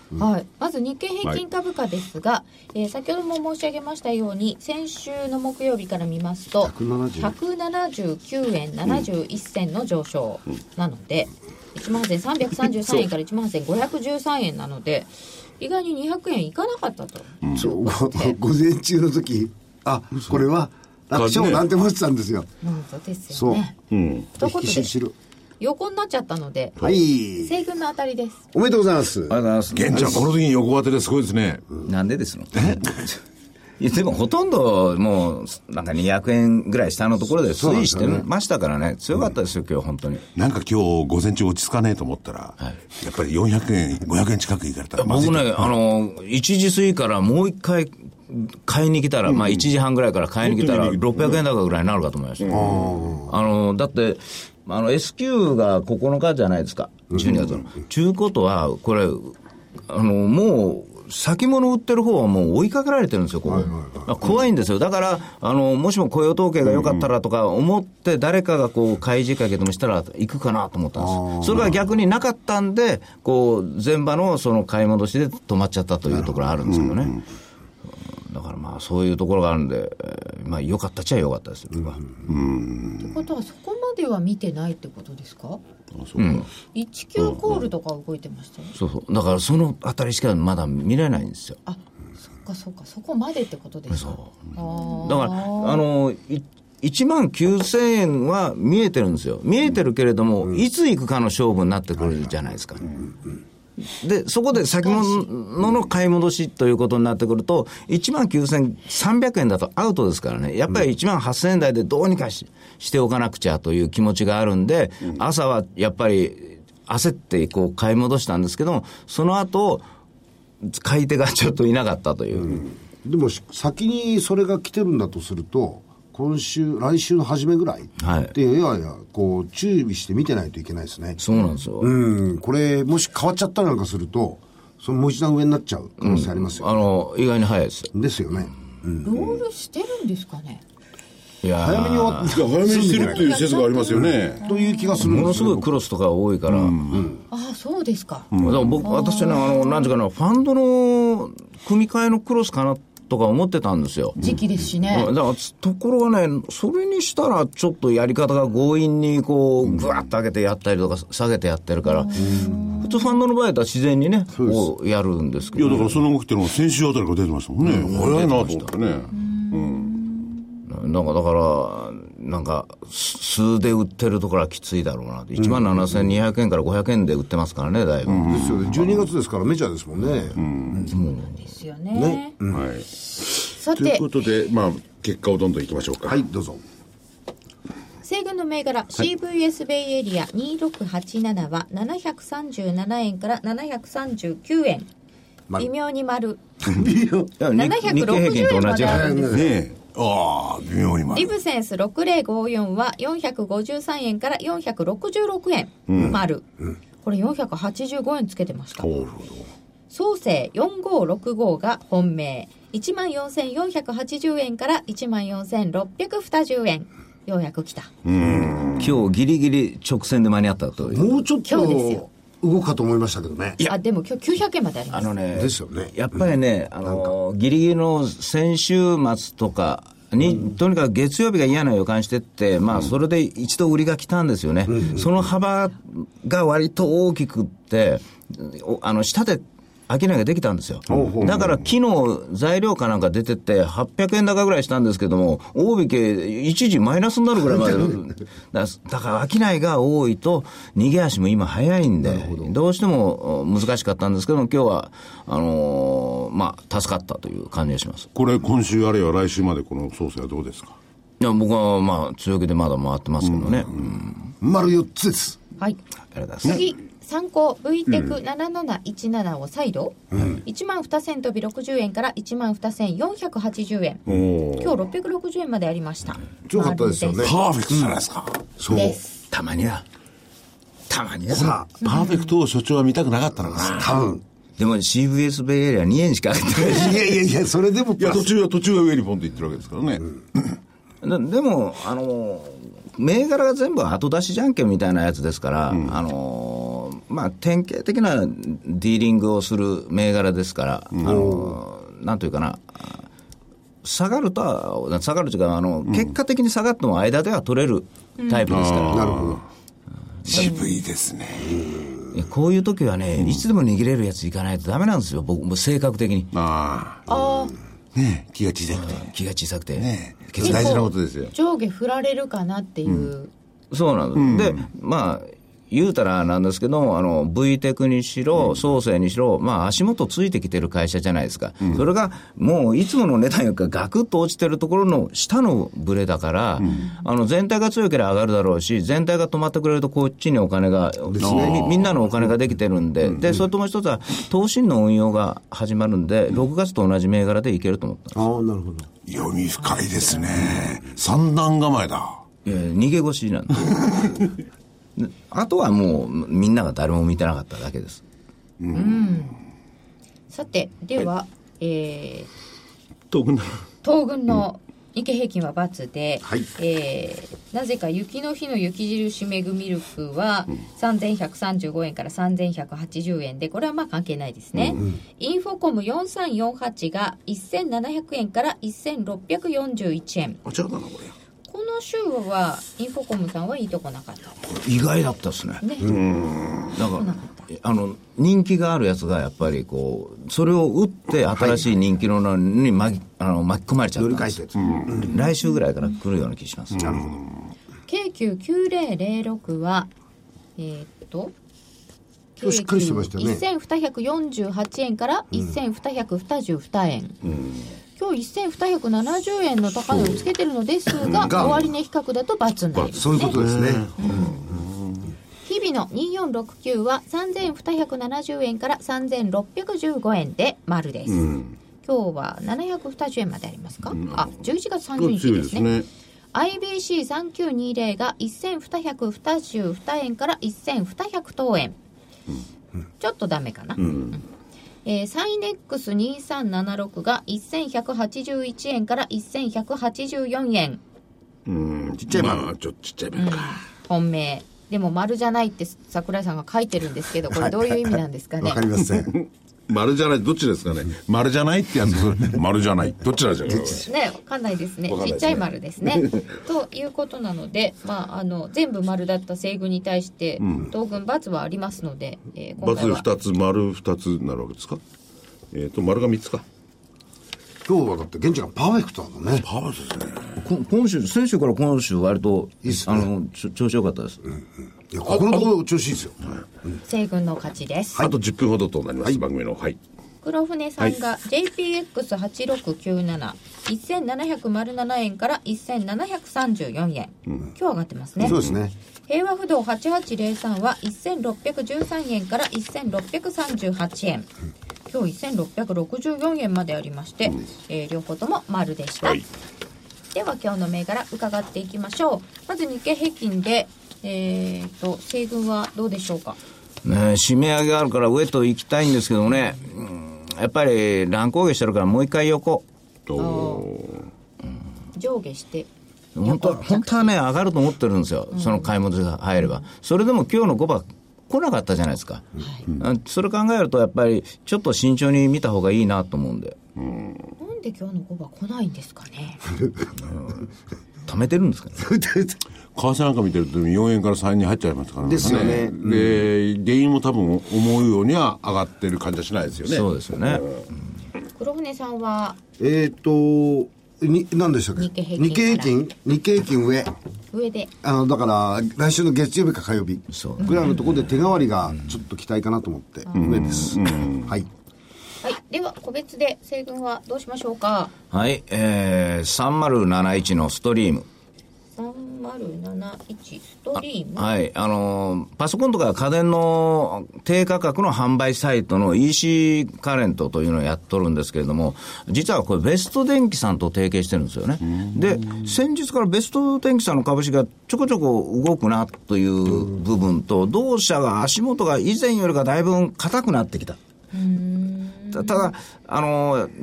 はい、まず日経平均株価ですが、はい、えー、先ほども申し上げましたように先週の木曜日から見ますとひゃくななじゅうきゅうえんななじゅういっせんの上昇なので、うん、いちまんはっせんさんびゃくさんじゅうさんえんからいちまんはっせんごひゃくじゅうさんえんなので意外ににひゃくえんいかなかったと、 うん、そう午前中の時あこれは楽勝なんて思ってたんですよ。 本当ですよね。 そう、うん、ということで横になっちゃったので、 はい、 西軍の当たりです。 おめでとうございます。 ありがとうございます。 玄ちゃんこの時に横当てですごいですね。 なんでですのいやでもほとんどもうなんかにひゃくえんぐらい下のところで推移してましたからね、強かったですよ、うん、今日本当に。 なんか今日午前中落ち着かねえと思ったら、はい、やっぱりよんひゃくえんごひゃくえん近くいかれたらまずい。 僕ね、あのいちじ過ぎからもう一回買いに来たら、うん、まあいちじはんぐらいから買いに来たらろっぴゃくえん高ぐらいになるかと思いました、うん、あのだってあの S q がここのかじゃないですか、じゅうにがつの。ちゅうことはこれあのもう先物売ってる方はもう追いかけられてるんですよ、ここ、はいはいはい、怖いんですよ。だからあのもしも雇用統計が良かったらとか思って誰かがこう開示かけてもしたら行くかなと思ったんです。それが逆になかったんでこう前場のその買い戻しで止まっちゃったというところがあるんですけどね、うんうん、だからまあそういうところがあるんで、えー、まあ良かったっちゃ良かったですよ、僕は。 うん。ということはそこまでは見てないってことですか？ あ、そうか。うん、 いちきゅうコールとか動いてましたよね。 そうそう。だからそのあたりしかまだ見れないんですよ。 あ、そっかそっか、そこまでってことですか。そう。 あだからあのいちまんきゅうせんえんは見えてるんですよ。見えてるけれども、うん、いつ行くかの勝負になってくるじゃないですか。うんうんでそこで先物の買い戻しということになってくるといちまんきゅうせんさんびゃくえんだとアウトですからね。やっぱりいちまんはっせんえん台でどうにか し, しておかなくちゃという気持ちがあるんで、朝はやっぱり焦ってこう買い戻したんですけども、その後買い手がちょっといなかったという、うん、 でも先にそれが来てるんだとすると今週来週の初めぐらい、はい、でいやいやこう注意して見てないといけないですね。 そうなんですよ。 うん、これもし変わっちゃったりなんかするとそのもう一段上になっちゃう可能性ありますよ、ね、 うん、あの意外に早いですですよね、うん、 ロールしてるんですかね。 いや早めに終わって早めにしてるっていう説がありますよねという気がするんですよ。 ものすごいクロスとか多いから、うんうん、 ああそうですか、 うん、だから僕私ねあの何ていうかなファンドの組み替えのクロスかなとか思ってたんですよ。 時期ですしね。 だからところがね、それにしたらちょっとやり方が強引にこうぐわっと上げてやったりとか下げてやってるから、普通ファンドの場合だったら自然にねこうやるんですけど、 ね、いやだからその動きっていうのは先週あたりから出てましたもんね、うん、早いなと思ってね。うん、 なんかだからなんか数で売ってるところはきついだろうな。いちまんななせんにひゃくえんからごひゃくえんで売ってますからね、だいぶ、うん、 ですよね。じゅうにがつですからメジャーですもんね、うん、 そうなんですよね、 ね、うん、 はい。 さてということで、まあ、結果をどんどんいきましょうか。 はい、どうぞ。 西軍の銘柄、はい、シーブイエス ベイエリアにろくはちななはななひゃくさんじゅうななえんからななひゃくさんじゅうきゅうえん、微妙に丸ななひゃくろくじゅうえんまであるんですね。 ああ、微妙に丸。 リブセンスろくぜろごよんはよんひゃくごじゅうさんえんからよんひゃくろくじゅうろくえん、うん、丸、うん、これよんひゃくはちじゅうごえんつけてました。創生よんごろくごが本命いちまんよんせんよんひゃくはちじゅうえんからいちまんよんせんろっぴゃくにじゅうえん、ようやく来た。 うん今日ギリギリ直線で間に合ったという。 もうちょっと動くかと思いましたけどね。 いやでも今日きゅうひゃくえんまであります。 あのね、 ですよね。 やっぱりね、うん、あのギリギリの先週末とかに、うん、とにかく月曜日が嫌な予感してって、まあそれで一度売りが来たんですよね、うん、その幅が割と大きくってあの下で商いができたんですよ。だから昨日材料かなんか出てってはっぴゃくえん高ぐらいしたんですけども、大引け一時マイナスになるぐらいまでだ, だから商いが多いと逃げ足も今早いんで ど, どうしても難しかったんですけども、今日はあのー、まあ助かったという感じがします。 これ今週あるいは来週までこの総裁はどうですか？ いや僕はまあ強気でまだ回ってますけどね、 うんうん、丸よっつです。 はい、 ありがとうございます。 次参考 ブイテクなななないちななを再度、うん、いちまんにせん飛びろくじゅうえんからいちまんにせんよんひゃくはちじゅうえん、今日ろっぴゃくろくじゅうえんまでありました。 強かったですよね。 パーフェクトじゃないですか、うん、 そうですたまにはたまにはさあパーフェクトを所長は見たくなかったのかな、 多分。 でも シーブイエス ベイエリアにえんしか上げてないいやいやいや、それでもいや途中は途中は上にポンといってるわけですからね、 うん、でもあの銘柄が全部後出しじゃんけんみたいなやつですから、うん、あのまあ、典型的なディーリングをする銘柄ですから、うん、あのなんというかな、下がるとは、下がるというか、あの、うん、結果的に下がっても間では取れるタイプですから。 うん、なるほど。 渋いですね。 こういう時はね、うん、いつでも握れるやついかないとダメなんですよ、僕も性格的に。 ああ。ねえ、気が小さくて。 気が小さくて。 ねえ、大事なことですよ。 上下振られるかなっていう。うん、 そうなんです。うん、で、まあ、言うたらなんですけども、あの V テクにしろ、創生にしろ、まあ、足元ついてきてる会社じゃないですか、うん、それがもういつもの値段よりかガクッと落ちてるところの下のブレだから、うん、あの全体が強ければ上がるだろうし、全体が止まってくれると、こっちにお金が、み, みんなのお金ができてるんで、うん、でそれともう一つは、投信の運用が始まるんで、ろくがつと同じ銘柄でいけると思ったんです。 ああ、なるほど。 読み深いですね。三段構えだ。 いや、逃げ腰なんです。あとはもうみんなが誰も見てなかっただけです。 うん、うん、さてでは、えー、 東軍の東軍の日経平均は×で、 はい、 えー、なぜか雪の日の雪印メグミルクはさんぜんひゃくさんじゅうごえんからさんぜんひゃくはちじゅうえんで、これはまあ関係ないですね、うんうん、インフォコムよんさんよんはちがせんななひゃくえんからせんろっぴゃくよんじゅういちえん。 あ、違うかなこれ。 この週はインフォコムさんはいいとこなかった。 意外だったですね。 ね、 うん、だからあの人気があるやつがやっぱりこうそれを打って新しい人気のに巻き、あの巻き込まれちゃったんです。うん、来週ぐらいから来るような気がします。なるほど。 ケーキューきゅうぜろぜろろく はえー、っと今日しっかりしてましたね。 せんにひゃくよんじゅうはちえんからせんにひゃくにじゅうにえん、うんうん、今日せんにひゃくななじゅうえんの高値をつけてるのですが、終値比較だと×になりますね。 そういうことですね、 うん、日々のによんろくきゅうはさんぜんにひゃくななじゅうえんからさんぜんろっぴゃくじゅうごえんで丸です、うん、今日はななひゃくにじゅうえんまでありますか、うん、あじゅういちがつさんじゅうにちですね。アイビーシーさんきゅうにぜろ がせんにひゃくにじゅうにえんからせんにひゃくとうえん、うん、ちょっとダメかな、うん、えー、サイネックスにさんななろくがせんひゃくはちじゅういちえんからせんひゃくはちじゅうよんえん。 うん、ちっちゃい丸、まあ、ちょっとちっちゃい丸か、うん、 本命でも丸じゃないって桜井さんが書いてるんですけど、これどういう意味なんですかね。 わかりません。 丸じゃない、どっちですかね。丸じゃないってやつ、丸じゃない、どっちなんじゃないですかね。わかんないですね。ちっちゃい丸ですね。ということなので、まあ、あの全部丸だった西軍に対して、うん、東軍×はありますので、 えー、今回は×ふたつ、丸ふたつになるわけですか。えーと、丸がみっつか。 今日はだって現地がパーフェクトだもんね。 パーフェクトですね。 今週、先週から今週割といいっすね、あの調子良かったです。うんうん、 いや、ここのところ調子いいですよ。 西軍の勝ちです。 あとじゅっぷんほどとなります、はい、番組の。はい。 黒船さんが ジェイピーエックスはちろくきゅうなな、せんななひゃくななえんからせんななひゃくさんじゅうよんえん、うん、今日上がってますね。 そうですね。 平和不動はちはちぜろさんはせんろっぴゃくじゅうさんえんからせんろっぴゃくさんじゅうはちえん、うん、今日せんろっぴゃくろくじゅうよんえんまでありまして、うん、えー、両方とも丸でした、はい、では今日の銘柄伺っていきましょう。まず日経平均で、えー、と西軍はどうでしょうかね。締め上げがあるから上と行きたいんですけどね、うん、やっぱり乱高下してるからもう一回横、うん、 上下して本当は本当はね上がると思ってるんですよ、うん、その買い戻しが入れば。それでも今日のごば来なかったじゃないですか、はい、それ考えるとやっぱりちょっと慎重に見た方がいいなと思うんで、うん、 なんで今日のごば来ないんですかね。 貯めてるんですかね。 為替なんか見てるとよんえんからさんえんに入っちゃいますからね。 ですよね。 で、原因も多分思うようには上がってる感じはしないですよね。 そうですよね。 うん、黒船さんはえっ、ー、とに何でしたっけ。 日経平均日経平均日経平均上上で、 あのだから来週の月曜日か火曜日ぐらいのところで手代わりがちょっと期待かなと思って上です、うんうん、はい。 はい、では個別で西軍はどうしましょうか。 はい、えー、さんまるなないちのストリームさんまるなないちストリーム、 はい、あのー、パソコンとか家電の低価格の販売サイトの イーシー カレントというのをやっとるんですけれども、実はこれベスト電機さんと提携してるんですよね。で、先日からベスト電機さんの株式がちょこちょこ動くなという部分と、同社が足元が以前よりかだいぶ硬くなってきた。うーん、ただあの若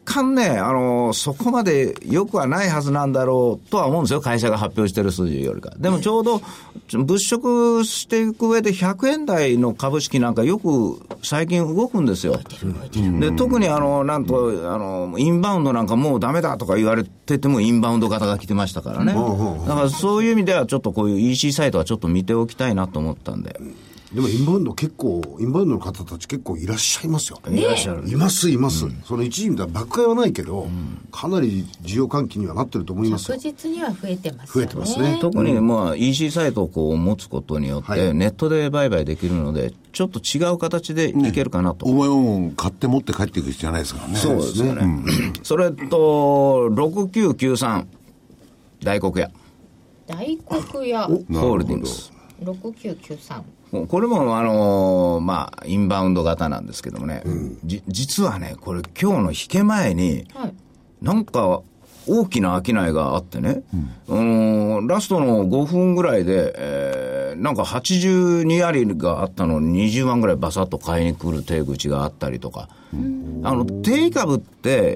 干ね、あの、そこまで良くはないはずなんだろうとは思うんですよ。会社が発表してる数字よりか。でもちょうど、物色していく上でひゃくえん台の株式なんかよく最近動くんですよ。で、特にあの、なんと、あの、インバウンドなんかもうダメだとか言われててもインバウンド型が来てましたからね。だからそういう意味ではちょっとこういう イーシー サイトはちょっと見ておきたいなと思ったんで。 でもインバウンド結構、インバウンドの方たち結構いらっしゃいますよ。 いらっしゃる。 います、います。うん、その一時見たら爆買いはないけど、うん、かなり需要喚起にはなってると思いますよ。 確実には増えてますよね。 増えてますね。 特に、まあ、イーシー サイトをこう持つことによって、はい、ネットで売買できるので、ちょっと違う形でいけるかなと。 ね、お前も買って持って帰っていく必要ないですからね。 そうですね。うん、それと、ろくきゅうきゅうさん、大黒屋。 大黒屋。 ホールディングス。 ろくきゅうきゅうさん。 これも、あのー、まあ、インバウンド型なんですけどもね、うん、じ実はね、これ今日の引け前に、はい、なんか大きな商いがあってね、うん、あのー、ラストのごふんぐらいで、えー、なんかはちじゅうにありがあったのににじゅうまんぐらいバサッと買いに来る手口があったりとか、うん、あの、定位株って、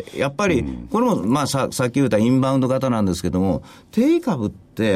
やっぱり、これも、まあさ、さっき言ったインバウンド型なんですけども、定位株って、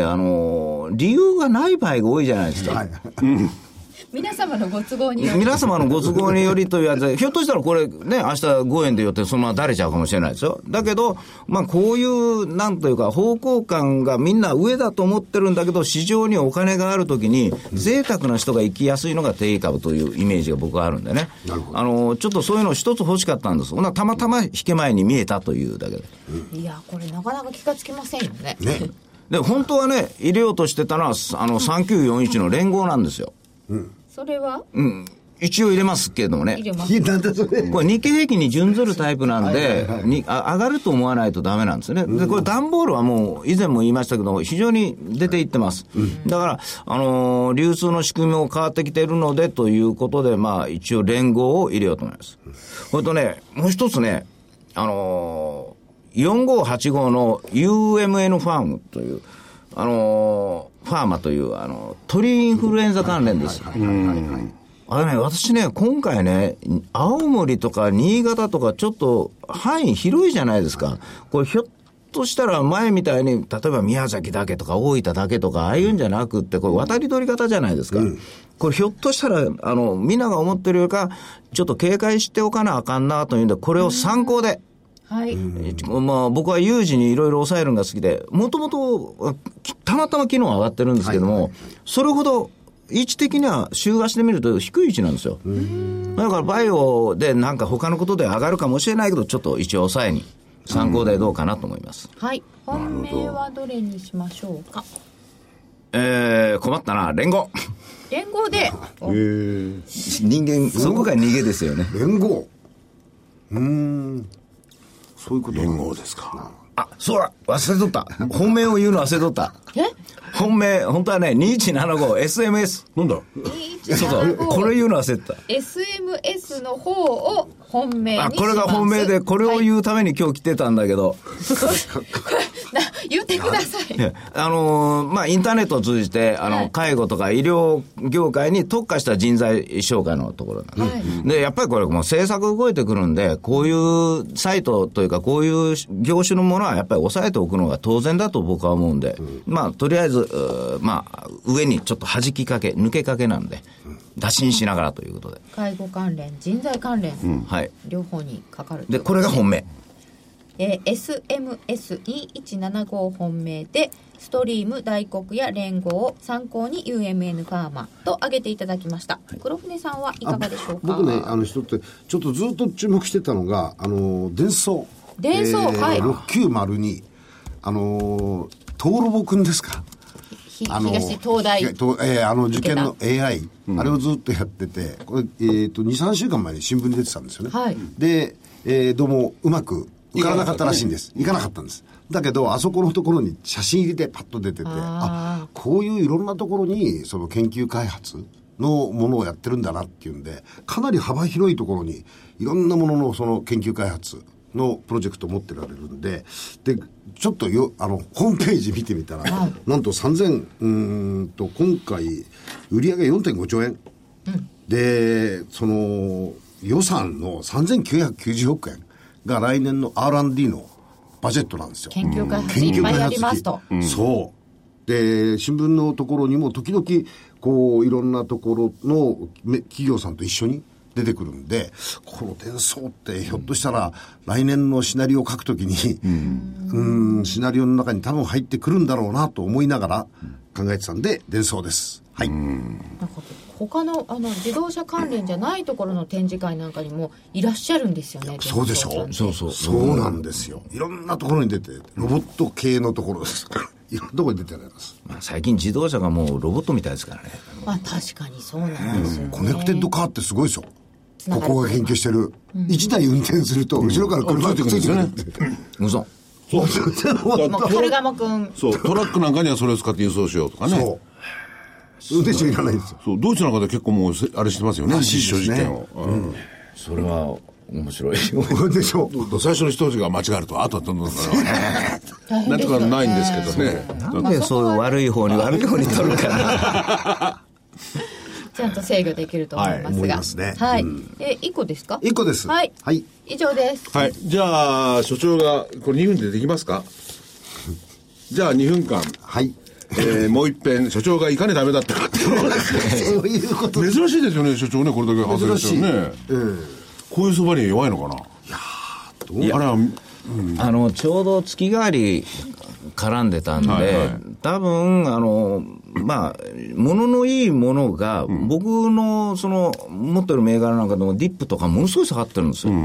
あのー、理由がない場合が多いじゃないですか。はいうん皆様のご都合により皆様のご都合によりというやつでひょっとしたらこれね明日ごえんでよってそのままだれちゃうかもしれないですよ。だけどまあこういうなんというか方向感がみんな上だと思ってるんだけど市場にお金があるときに贅沢な人が行きやすいのが定位株というイメージが僕はあるんでね。あのちょっとそういうの一つ欲しかったんです。ほなたまたま引け前に見えたというだけで、 うん、いやこれなかなか気がつきませんよね。 ねで本当はね入れようとしてたのはあのさんきゅうよんいちの連合なんですよ。 うんそれはうん。一応入れますけれどもね。 入れます。 なんでそれこれ日経平均に準ずるタイプなんで、はいはいはい、にあ上がると思わないとダメなんですね。で、これ段ボールはもう以前も言いましたけど、非常に出ていってます。うん、だから、あのー、流通の仕組みも変わってきているのでということで、まあ一応連合を入れようと思います。それとね、もう一つね、あのー、よんごはちごの ユーエムエヌ ファームという、あのー、ファーマという、あの、鳥インフルエンザ関連です。あれね、私ね、今回ね、青森とか新潟とかちょっと範囲広いじゃないですか。これひょっとしたら前みたいに、例えば宮崎だけとか大分だけとか、ああいうんじゃなくって、これ渡り鳥型じゃないですか。うん、これひょっとしたら、あの、みんなが思ってるよりか、ちょっと警戒しておかなあかんなというんで、これを参考で、 はい。 まあ、僕は有事にいろいろ抑えるのが好きで、もともと、たまたま昨日上がってるんですけども、はいはいはい、それほど、位置的には週足で見ると低い位置なんですよ。だからバイオでなんか他のことで上がるかもしれないけど、ちょっと一応抑えに参考でどうかなと思います。 はい。本命はどれにしましょうか。 えー、困ったな、連合。 連合で。 えー、 人間、そこが逃げですよね。 連合。うーん。そういうこと連合ですか。 あ、そうだ忘れとった。本命を言うの忘れとった。 え本命、本当はね、にいちななごエスエムエス。 なんだそうそう。これ言うの忘れてた。 エスエムエス の方を本命にします。 あ、これが本命で、これを言うために今日来てたんだけど。 言ってください。 あのー、まあ、インターネットを通じて、あの、はい、介護とか医療業界に特化した人材紹介のところなんです、はい、で、やっぱりこれもう政策動いてくるんで、こういうサイトというか、こういう業種のものはやっぱり抑えておくのが当然だと僕は思うんで、うん、まあ、とりあえず、まあ、上にちょっと弾きかけ、抜けかけなんで、打診しながらということで。 介護関連、人材関連、うん、はい。両方にかかる。 で、これが本命。 えー、エスエムエスにいちななご 本命でストリーム、大黒や連合を参考に ユーエムエヌ ファーマと挙げていただきました、はい、黒船さんはいかがでしょうか。 僕ねあの人ってちょっとずっと注目してたのがあのデンソーデンソー、えー、はいろくきゅうまるにあのトーロボくんですかあの東東大、 えー、あの受験の エーアイ、うん、あれをずっとやっててこれ、えー、とにさんしゅうかんまえに新聞に出てたんですよね、はい、で、えー、どうもうまく行かなかったらしいんです。行かなかったんです。だけど、あそこのところに写真入れてパッと出てて、あ, あ、こういういろんなところに、その研究開発のものをやってるんだなっていうんで、かなり幅広いところに、いろんなもののその研究開発のプロジェクトを持ってられるんで、で、ちょっとよ、あの、ホームページ見てみたら、はい、なんとさんぜん、うーんと、今回、売上 よんてんごちょうえん。うん、で、その、予算のさんぜんきゅうひゃくきゅうじゅうおくえん。 が来年の アールアンドディー のバジェットなんですよ。 研究開発いっぱいありますと、 うん、そうで新聞のところにも時々こういろんなところの企業さんと一緒に出てくるんで、この伝送ってひょっとしたら来年のシナリオを書くときに、うん、うーんシナリオの中に多分入ってくるんだろうなと思いながら考えてたんで伝送です。はい。 なんか他のあの自動車関連じゃないところの展示会なんかにもいらっしゃるんですよね。 そうでしょ。 そうそうそうなんですよ。いろんなところに出てロボット系のところですから。いろんなところに出てられます、 まあ、最近自動車がもうロボットみたいですからね。 まあ確かにそうなんですよね、うん、 コネクテッドカーってすごいですよ。ここが研究してる、うん、いちだい運転すると後ろから車がついてくるんですよね。 嘘。 そうもうカルガモ君そうトラックなんかにはそれを使って輸送しようとかね。 そう運転手いらないんですよ。 そうドイツなんかで結構もうあれしてますよね、実証実験を、うん、 それは面白いでしょ。 最初の一つが間違えるとあとはどんどんなんとかないんですけどね。 なんでそういう悪い方に悪い方に取るかなちゃんと制御できると思いますが、はい、 思いますね。 はい。 うん、 え、いっこですか？ いっこです。 はい。 はい。 以上です。 はい。じゃあ所長がこれにふんでできますか？じゃあにふんかん。 はい。 えー、もう一遍所長がいかにダメだったかっていうのがそういうこと。 珍しいですよね所長ね、これだけ外れてるね。えー、こういうそばに弱いのかな。いやーどうあれは、うん、 あのちょうど月替わり絡んでたんで、はいはい、多分あのまあ物のいいものが、うん、僕のその持ってる銘柄なんかでもディップとかものすごい下がってるんですよ、うん、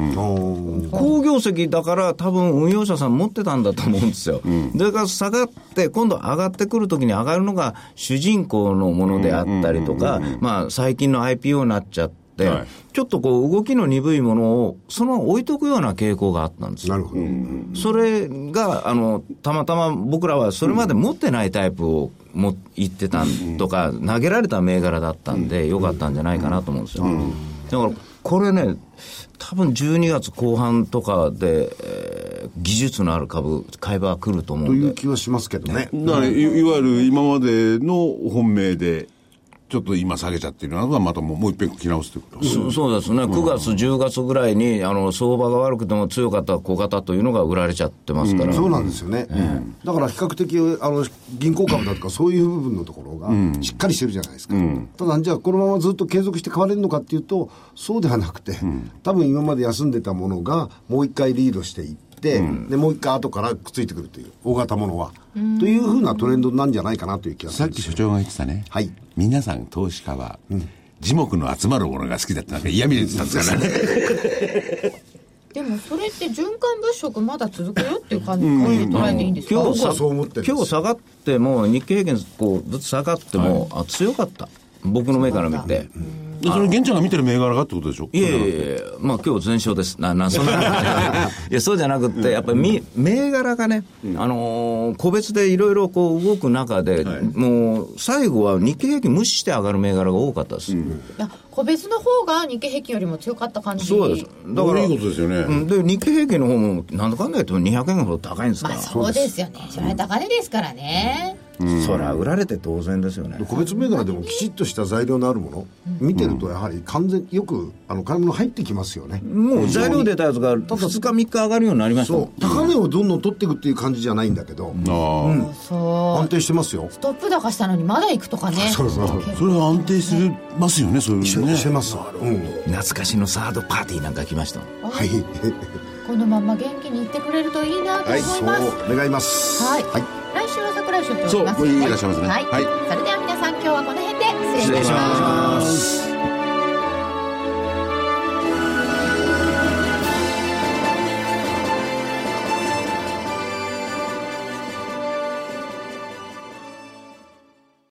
好業績だから多分運用者さん持ってたんだと思うんですよ、うん、だから下がって今度上がってくるときに上がるのが主人公のものであったりとか、まあ最近の アイピーオー になっちゃってはい、ちょっとこう動きの鈍いものをそのまま置いとくような傾向があったんですよ。 なるほど。 それがあのたまたま僕らはそれまで持ってないタイプをも言ってたんとか、うん、投げられた銘柄だったんでよかったんじゃないかなと思うんですよ、うん、だからこれね多分じゅうにがつこう半とかで、えー、技術のある株買い場が来ると思うんでという気はしますけどね。 だから い, いわゆる今までの本命でちょっと今下げちゃってるのはまたもうもう一遍着直すということ、 うん、そうですね。くがつ、じゅうがつぐらいにあの相場が悪くても強かった小型というのが売られちゃってますから、 うん、そうなんですよね、うん、だから比較的あの銀行株だとかそういう部分のところがしっかりしてるじゃないですか、うん、ただじゃあこのままずっと継続して買われるのかっていうとそうではなくて、うん、多分今まで休んでたものがもう一回リードしていってで、うん、でもう一回後からくっついてくるという大型ものはというふうなトレンドなんじゃないかなという気がするんです。 さっき所長が言ってたね、はい、皆さん投資家は、うん、耳目の集まるものが好きだってなんか嫌味で言ってたんですからねでもそれって循環物色まだ続くよっていう感じで捉えていいんですか？ 今日今日下がっても日経平均こうずっと下がっても、はい、あ強かった僕の目から見て。 でそれ玄ちゃんが見てる銘柄がってことでしょ？ いやいやいや、まあ今日全勝です。ななそんないやそうじゃなくってやっぱり銘柄がね、あのー、個別でいろいろこう動く中で、はい、もう最後は日経平均無視して上がる銘柄が多かったです。うん、いや個別の方が日経平均よりも強かった感じ。 そうです。 だからいいことですよね。 うん、で日経平均の方もなんだかんだ言ってもにひゃくえんほど高いんですから。 まあそうですよね。それは高値ですからね。 うん、そりゃ売られて当然ですよね。 個別銘柄でもきちっとした材料のあるもの、うん、見てるとやはり完全よくあの買い物入ってきますよね。 もう材料出たやつがふつかみっか上がるようになりました。 そう高値をどんどん取っていくっていう感じじゃないんだけど、うんうん、そう安定してますよ。 ストップ高したのにまだ行くとかね。 そうそうそれは安定してますよね。そういうのねしてます、うん、 懐かしのサードパーティーなんか来ました。 はいこのまま元気にいってくれるといいなと思います、はい、 そう願います。 はい、はい、来週は桜井所長いますので、そういらっしゃいますね。 はい、はい、それでは皆さん今日はこの辺で失礼します。 失礼します。